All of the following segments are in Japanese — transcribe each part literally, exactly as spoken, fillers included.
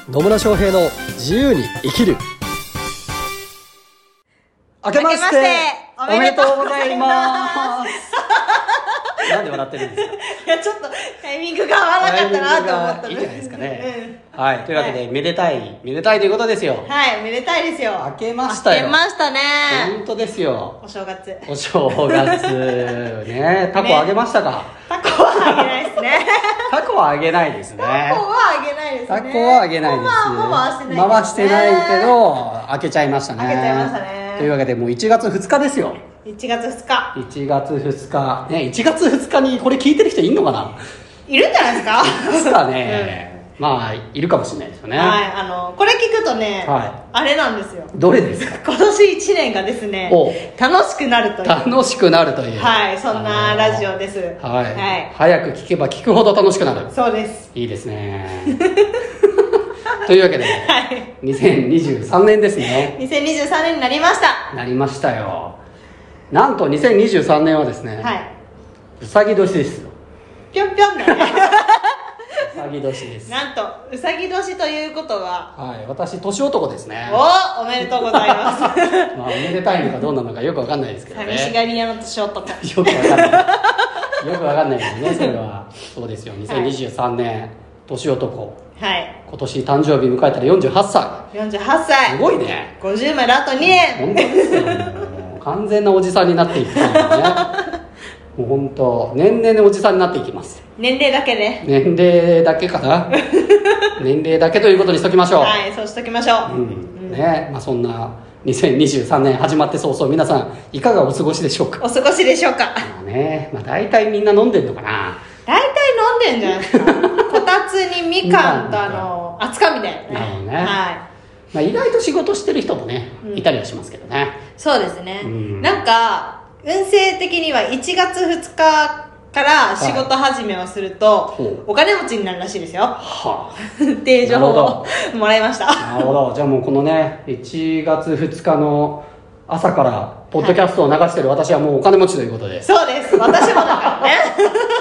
野村翔平の自由に生きる。明けましておめでとうございますなんで笑ってるんですか？ いやちょっとタイミングが合わなかったなと思った。 いいじゃないですかね、 うん、 はい、というわけで、はい、めでたいめでたいということですよ。 はい、めでたいですよ。 明けましたよ。 明けましたね。 本当ですよ。 お正月お正月ね。タコあげましたか？ね、 タコはあげないですねタコはあげないですね。 タコはあげないですね。 タコはあげないです。 まあ、回してない、ね、 回してないけど開けちゃいましたね。 開けちゃいましたね。 というわけでもういちがつふつかですよ。 いちがつふつか。 いちがつふつかね。いちがつふつかにこれ聞いてる人いんのかな？ いるんじゃないですか？ いますかね、うん、まあいるかもしれないですよね。 はい、あのこれ聞くとね、はい、あれなんですよ。 どれですか？ 今年いちねんがですね、楽しくなるという。 楽しくなるという。 はい、そんなラジオです。 はい、はい、早く聞けば聞くほど楽しくなる。 そうです。 いいですねというわけで、はい、にせんにじゅうさんねんですね。 にせんにじゅうさんねんになりました。 なりましたよ。なんとにせんにじゅうさんねんはですね、はい、うさぎ年ですよ。 ぴょんぴょんだねうさぎ年です。 なんとうさぎ年ということは、 はい、私年男ですね。 おおめでとうございますまあおめでたいのかどうなのかよくわかんないですけどね。 寂しがり屋の年男よくわかんないよくわかんないけどね、それは。そうですよ、にせんにじゅうさんねん、はい、年男。はい、今年誕生日迎えたらよんじゅうはっさい。よんじゅうはっさい、 すごいね。 ごじゅうまであとにねん。 本当ですよ、もう完全なおじさんになっていくからねもう本当年々のおじさんになっていきます。 年齢だけね。 年齢だけかな年齢だけということにしときましょう。 はい、そうしときましょう、 うんうん、ね、まあ、そんなにせんにじゅうさんねん始まって早々、皆さんいかがお過ごしでしょうか？ お過ごしでしょうか？ まあね、まあ、大体みんな飲んでんのかな。 大体飲んでんじゃないですかこたつにみかんとあの熱燗みたいなね。 なるほどね、 はい、 まあ、意外と仕事してる人もね、うん、いたりはしますけどね。 そうですね、うん、なんか運勢的にはいちがつふつかから仕事始めをすると、はい、お金持ちになるらしいですよ、はあ、っていう情報をもらいました。 なるほど。じゃあもうこのねいちがつふつかの朝からポッドキャストを流してる私はもうお金持ちということで、はい、 そうです、私もだからね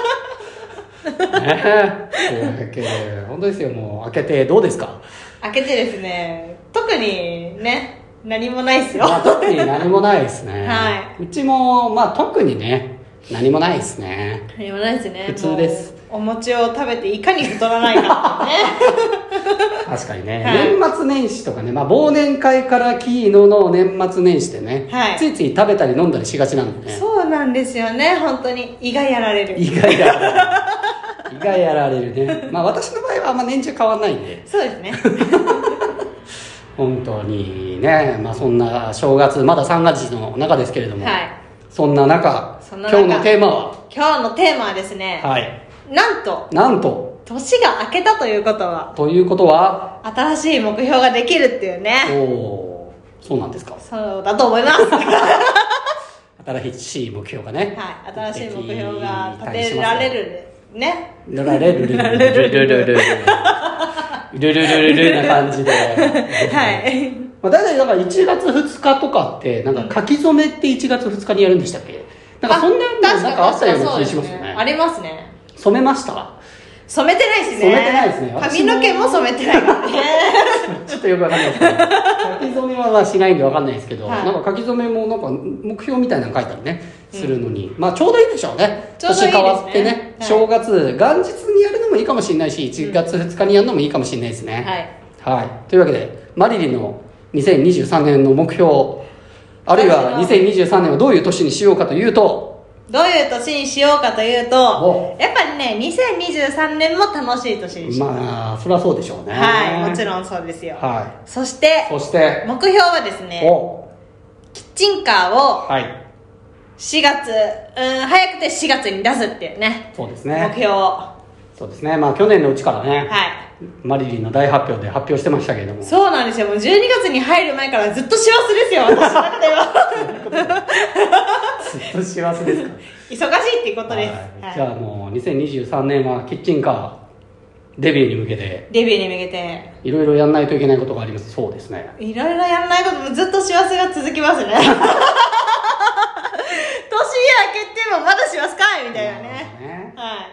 ねえ、というわけで本当ですよ。もう開けてどうですか？ 開けてですね、特にね何もないですよ、 まあ、特に何もないですね、 はい、 うちもまあ特にね何もないですね。 何もないですね。 普通です。 お餅を食べていかに太らないかってね確かにね、はい、年末年始とかね、まあ、忘年会からキーノの年末年始でね、はい、ついつい食べたり飲んだりしがちなんでね。 そうなんですよね、本当に胃がやられる胃がやられる胃がやられるね。まあ私の場合はあんま年中変わんないんで。 そうですね本当にね、まあ、そんな正月まださんがつの中ですけれども、はい、そんな中、そんな中今日のテーマは今日のテーマはですね、はい、なんとなんと年が明けたということはということは新しい目標ができるっていうね。 おお、そうなんですか？ そうだと思います新しい目標がね、 はい、新しい目標が立てられるね。 られるるるるるるるるるるるるな感じではい、まあ、だいたいだからいちがつふつかとかってなんか書き初めっていちがつふつかにやるんでしたっけ？なんかそんなのなんかあったような気がしますよね。 ありますね。 染めました？ 染めてないですね。 染めてないですね。 髪の毛も染めてないからねちょっとよくわかんないですけど書き初めはまあしないんでわかんないですけど、はい、なんか書き初めもなんか目標みたいなの書いたりねするのに、うん、まあちょうどいいでしょうね。 ちょうどいいですね。 年変わってね、はい、正月元日にやるのもいいかもしれないし、いちがつふつかにやるのもいいかもしれないですね、はい、はい、というわけでマリリンのにせんにじゅうさんねんの目標、あるいはにせんにじゅうさんねんをどういう年にしようかというと、 どういう年にしようかというと、やっぱりねにせんにじゅうさんねんも楽しい年にしよう。 まあそれはそうでしょうね。 はい、もちろんそうですよ、はい、そしてそして目標はですね、キッチンカーをしがつ、うん、早くてしがつに出すっていうね。 そうですね、 目標を。 そうですね、まあ去年のうちからね、 はい、 マリリンの大発表で発表してましたけれども。 そうなんですよ。もうじゅうにがつに入る前からずっと幸せですよ、私の中ではずっと幸せですか？ 忙しいっていうことです、 はい、じゃあもうにせんにじゅうさんねんはキッチンカーデビューに向けてデビューに向けていろいろやんないといけないことがあります。そうですね、 いろいろやんないこともずっと幸せが続きますね年明けてもまだ幸せかいみたいなね、ね、はい、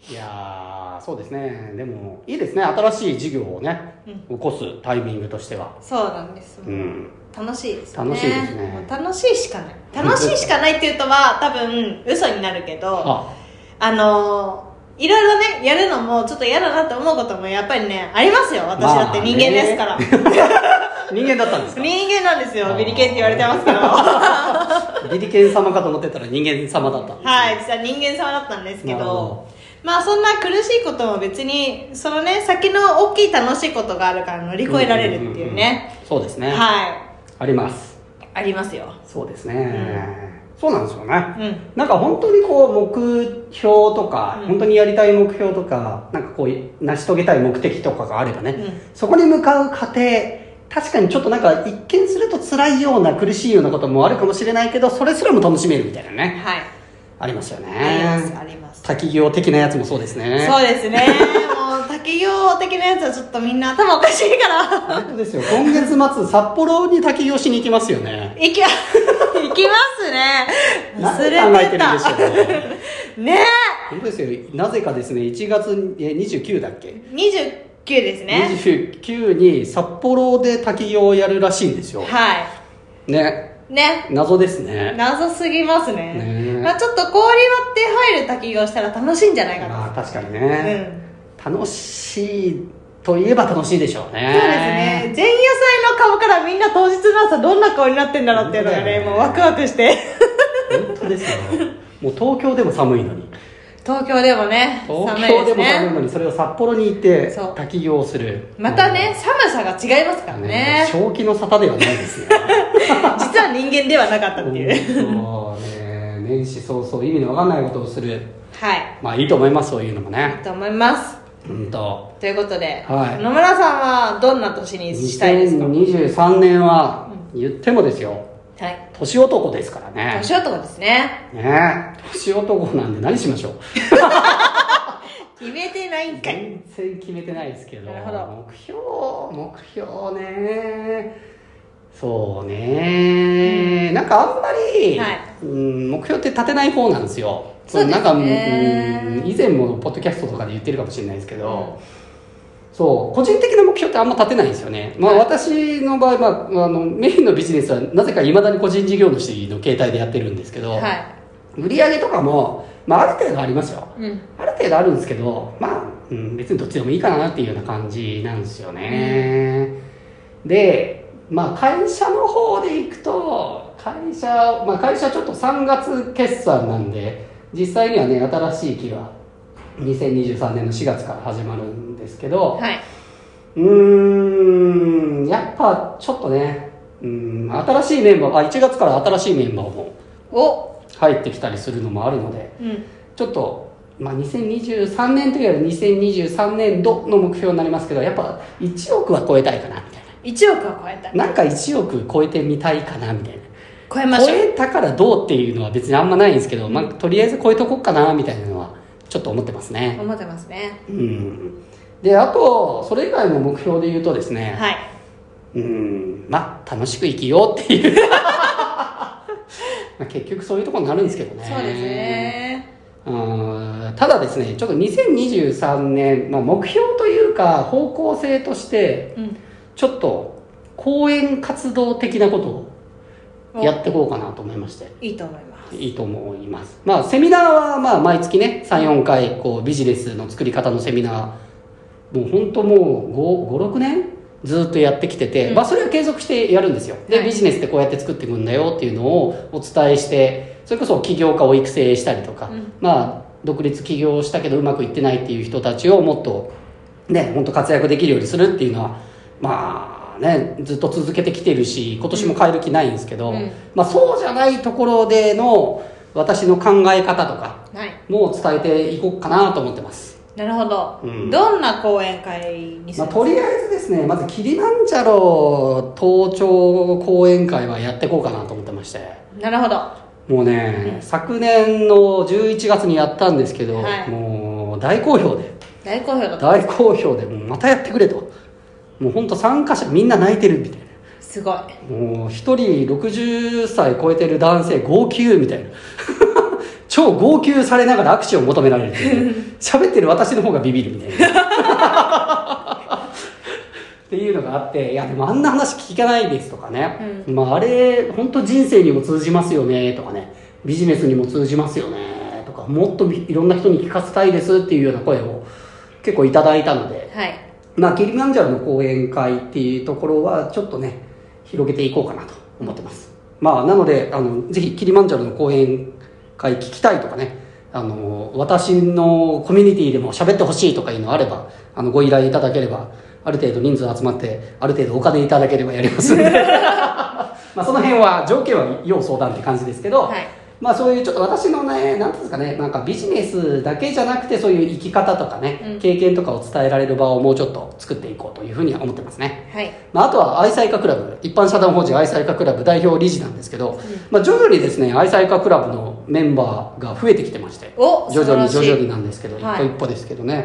いやそうですね。でもいいですね、新しい事業をね、うん、起こすタイミングとしては。 そうなんです、うん、楽しいですね。 楽しいですね。 楽しいしかない楽しいしかないっていうとは多分嘘になるけど、あ, あのいろいろねやるのもちょっと嫌だなって思うこともやっぱりねありますよ。私だって人間ですから、まあ、人間だったんですか？ 人間なんですよ。ビリケンって言われてますけどビリケン様かと思ってたら人間様だったんです、ね、 はい、実は人間様だったんですけど、まあそんな苦しいことも別にそのね先の大きい楽しいことがあるから乗り越えられるっていうね、 うんうんうん、そうですね、 はい、 ありますありますよ。 そうですね、うん、そうなんですよね、うん、なんか本当にこう目標とか、うん、本当にやりたい目標とかなんかこう成し遂げたい目的とかがあればね、うん、そこに向かう過程、確かにちょっとなんか一見すると辛いような苦しいようなこともあるかもしれないけど、それすらも楽しめるみたいなね、はい、ありますよね。 ありますあります。 滝行的なやつもそうですね。 そうですねもう滝行的なやつはちょっとみんな頭おかしいから本当ですよ。今月末札幌に滝行しに行きますよね。 行き行きますね。忘れてた。 何考えてるんでしょうね。 本当ですよ。なぜかですね、いちがつにじゅうくだっけ、 にじゅうくですね。 にじゅうくに札幌で滝行をやるらしいんですよ。 はいねね、 謎ですね。 謎すぎますね。ね、まあ、ちょっと氷割って入る滝行したら楽しいんじゃないかな。 まあ確かにね、うん、楽しいといえば楽しいでしょうね。 そうですね。前夜祭の顔からみんな当日の朝どんな顔になってんだろうっていうのがね、もうワクワクして本当ですよもう東京でも寒いのに、 東京でもね、 東京でも寒いのにそれを札幌に行って滝行をする。 またね、寒さが違いますからね。ね、 正気の沙汰ではないですよ実は人間ではなかったっていうそうね、年始早々意味のわかんないことをする。 はい、 まあいいと思います、そういうのもね。 いいと思います。 本当ということで、 はい、 野村さんはどんな年にしたいですか？ にせんにじゅうさんねんは言ってもですよ、はい、年男ですからね。 年男ですね。 ね、年男なんで何しましょう決めてないんかい。 全然決めてないですけど、 なるほど。 目標目標ね、そうね、うん、なんかあんまり、はい、うん、目標って立てない方なんですよ。 そうですね。なんか、 うん、以前もポッドキャストとかで言ってるかもしれないですけど、うん、そう個人的な目標ってあんま立てないんですよね。まあ、はい、私の場合、まあ、あのメインのビジネスはなぜかいまだに個人事業主の形態でやってるんですけど、はい、売り上げとかも、まあ、ある程度ありますよ、うん、ある程度あるんですけど、まあ、うん、別にどっちでもいいかなっていうような感じなんですよね、うん、で、まあ、会社の方でいくと会社、まあ、会社ちょっとさんがつ決算なんで実際にはね新しい期がにせんにじゅうさんねんのしがつから始まるんですけど、はい、うーんやっぱちょっとね、うん、新しいメンバーあいちがつから新しいメンバーもお入ってきたりするのもあるので、うん、ちょっと、まあ、にせんにじゅうさんねんというよりにせんにじゅうさんねん度の目標になりますけど、やっぱいちおくは超えたいかなみたいな。 いちおくは超えたい、 なんかいちおく超えてみたいかなみたいな。 超えましょう。 超えたからどうっていうのは別にあんまないんですけど、まあ、とりあえず超えとこうかなみたいなのはちょっと思ってますね。 思ってますね。 うん。で、あとそれ以外の目標で言うとですね、 はい、 うん、まあ楽しく生きようっていうまあ結局そういうところになるんですけどね。 そうですね。 うん、ただですね、ちょっとにせんにじゅうさんねん、まあ、目標というか方向性としてちょっと講演活動的なことをやっていこうかなと思いまして。 いいと思います。 いいと思います。まあセミナーはまあ毎月ねさん、よんかいこうビジネスの作り方のセミナーもう本当もうご、ろくねんずっとやってきてて、うん、まあそれは継続してやるんですよ。で、はい、ビジネスってこうやって作っていくんだよっていうのをお伝えして、それこそ起業家を育成したりとか、うん、まあ独立起業したけどうまくいってないっていう人たちをもっとね本当活躍できるようにするっていうのはまあねずっと続けてきてるし、今年も変える気ないんですけど、うん、まあそうじゃないところでの私の考え方とかも伝えていこうかなと思ってます。 なるほど、うん、どんな講演会にするんですか？ まあ、とりあえずですね、まずキリマンジャロ登頂講演会はやっていこうかなと思ってまして。 なるほど。 もうね、うん、昨年のじゅういちがつにやったんですけど、はい、もう大好評で大好評だった大好評でもうまたやってくれと、もう本当参加者みんな泣いてるみたいな。 すごい。 もう一人ろくじゅっさい超えてる男性号泣みたいな超号泣されながら握手を求められるっていう喋ってる私の方がビビるみたいなっていうのがあって、いやでもあんな話聞かないですとかね、うん、まああれ本当人生にも通じますよねとかね、ビジネスにも通じますよねとか、もっといろんな人に聞かせたいですっていうような声を結構いただいたので、 はい、 まあキリマンジャロの講演会っていうところはちょっとね広げていこうかなと思ってます。まあなのであのぜひキリマンジャロの講演会聞きたいとかね、あの私のコミュニティでも喋ってほしいとかいうのあれば、あのご依頼いただければ、ある程度人数集まってある程度お金いただければやりますんでまあその辺は条件は要相談って感じですけど、はい、まあそういうちょっと私のね、なんていうんですかね、なんかビジネスだけじゃなくてそういう生き方とかね、うん、経験とかを伝えられる場をもうちょっと作っていこうというふうには思ってますね。 はい。 まああとは愛妻家クラブ、一般社団法人愛妻家クラブ代表理事なんですけど、うん、まあ徐々にですね、愛妻家クラブのメンバーが増えてきてまして、 お徐々に徐々になんですけど、一歩一歩ですけどね。はい、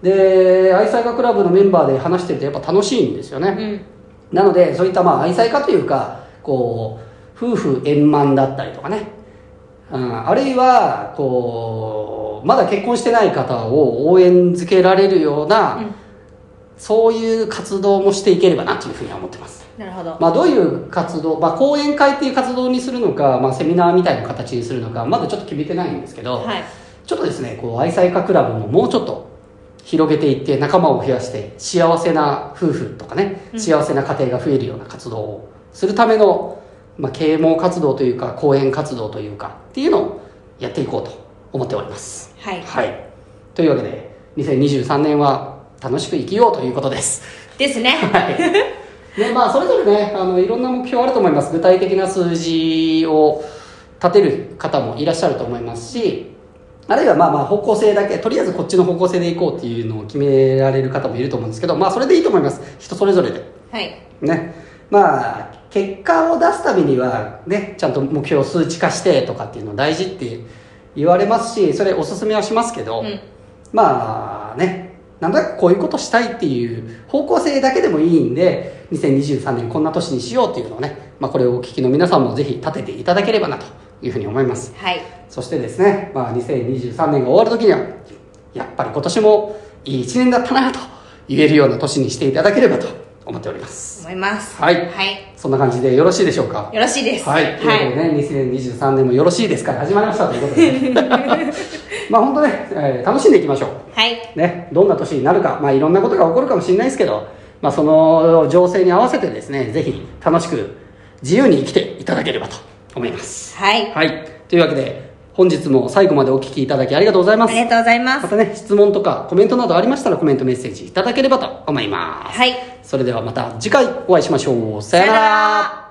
で、愛妻家クラブのメンバーで話してるとやっぱ楽しいんですよね。うん、なのでそういったまあ愛妻家というか、こう夫婦円満だったりとかね、うん、あるいはこうまだ結婚してない方を応援づけられるような、うん、そういう活動もしていければなというふうには思ってます。 なるほど。 まあ、どういう活動、まあ、講演会っていう活動にするのか、まあ、セミナーみたいな形にするのかまだちょっと決めてないんですけど、はい、ちょっとですねこう愛妻家クラブももうちょっと広げていって仲間を増やして幸せな夫婦とかね、うん、幸せな家庭が増えるような活動をするための、まあ、啓蒙活動というか講演活動というかっていうのをやっていこうと思っております。 はい、 はい、というわけでにせんにじゅうさんねんは楽しく生きようということですですね。 はいね、まあそれぞれねあのいろんな目標あると思います。具体的な数字を立てる方もいらっしゃると思いますし、あるいはまあまあ方向性だけとりあえずこっちの方向性でいこうっていうのを決められる方もいると思うんですけど、まあそれでいいと思います。人それぞれで、 はいね、まあ結果を出すためにはねちゃんと目標を数値化してとかっていうの大事って言われますし、それおすすめはしますけど、うん、まあねなんだかこういうことしたいっていう方向性だけでもいいんで、にせんにじゅうさんねんこんな年にしようっていうのをね、まあ、これをお聞きの皆さんもぜひ立てていただければなというふうに思います。 はい。 そしてですね、まあ、にせんにじゅうさんねんが終わる時にはやっぱり今年もいいいちねんだったなと言えるような年にしていただければと思っております。 思います。 はい。 はい。 そんな感じでよろしいでしょうか。 よろしいです。 はい。ということでね、はい、にせんにじゅうさんねんもよろしいですから始まりましたということで。まあ本当ね、えー、楽しんでいきましょう。 はい。 ね、どんな年になるか、まあいろんなことが起こるかもしれないですけど、まあその情勢に合わせてですね、ぜひ楽しく自由に生きていただければと思います。 はい。 はい。というわけで、本日も最後までお聞きいただきありがとうございます。 ありがとうございます。 またね、質問とかコメントなどありましたらコメントメッセージいただければと思います。 はい。 それではまた次回お会いしましょう。さよなら。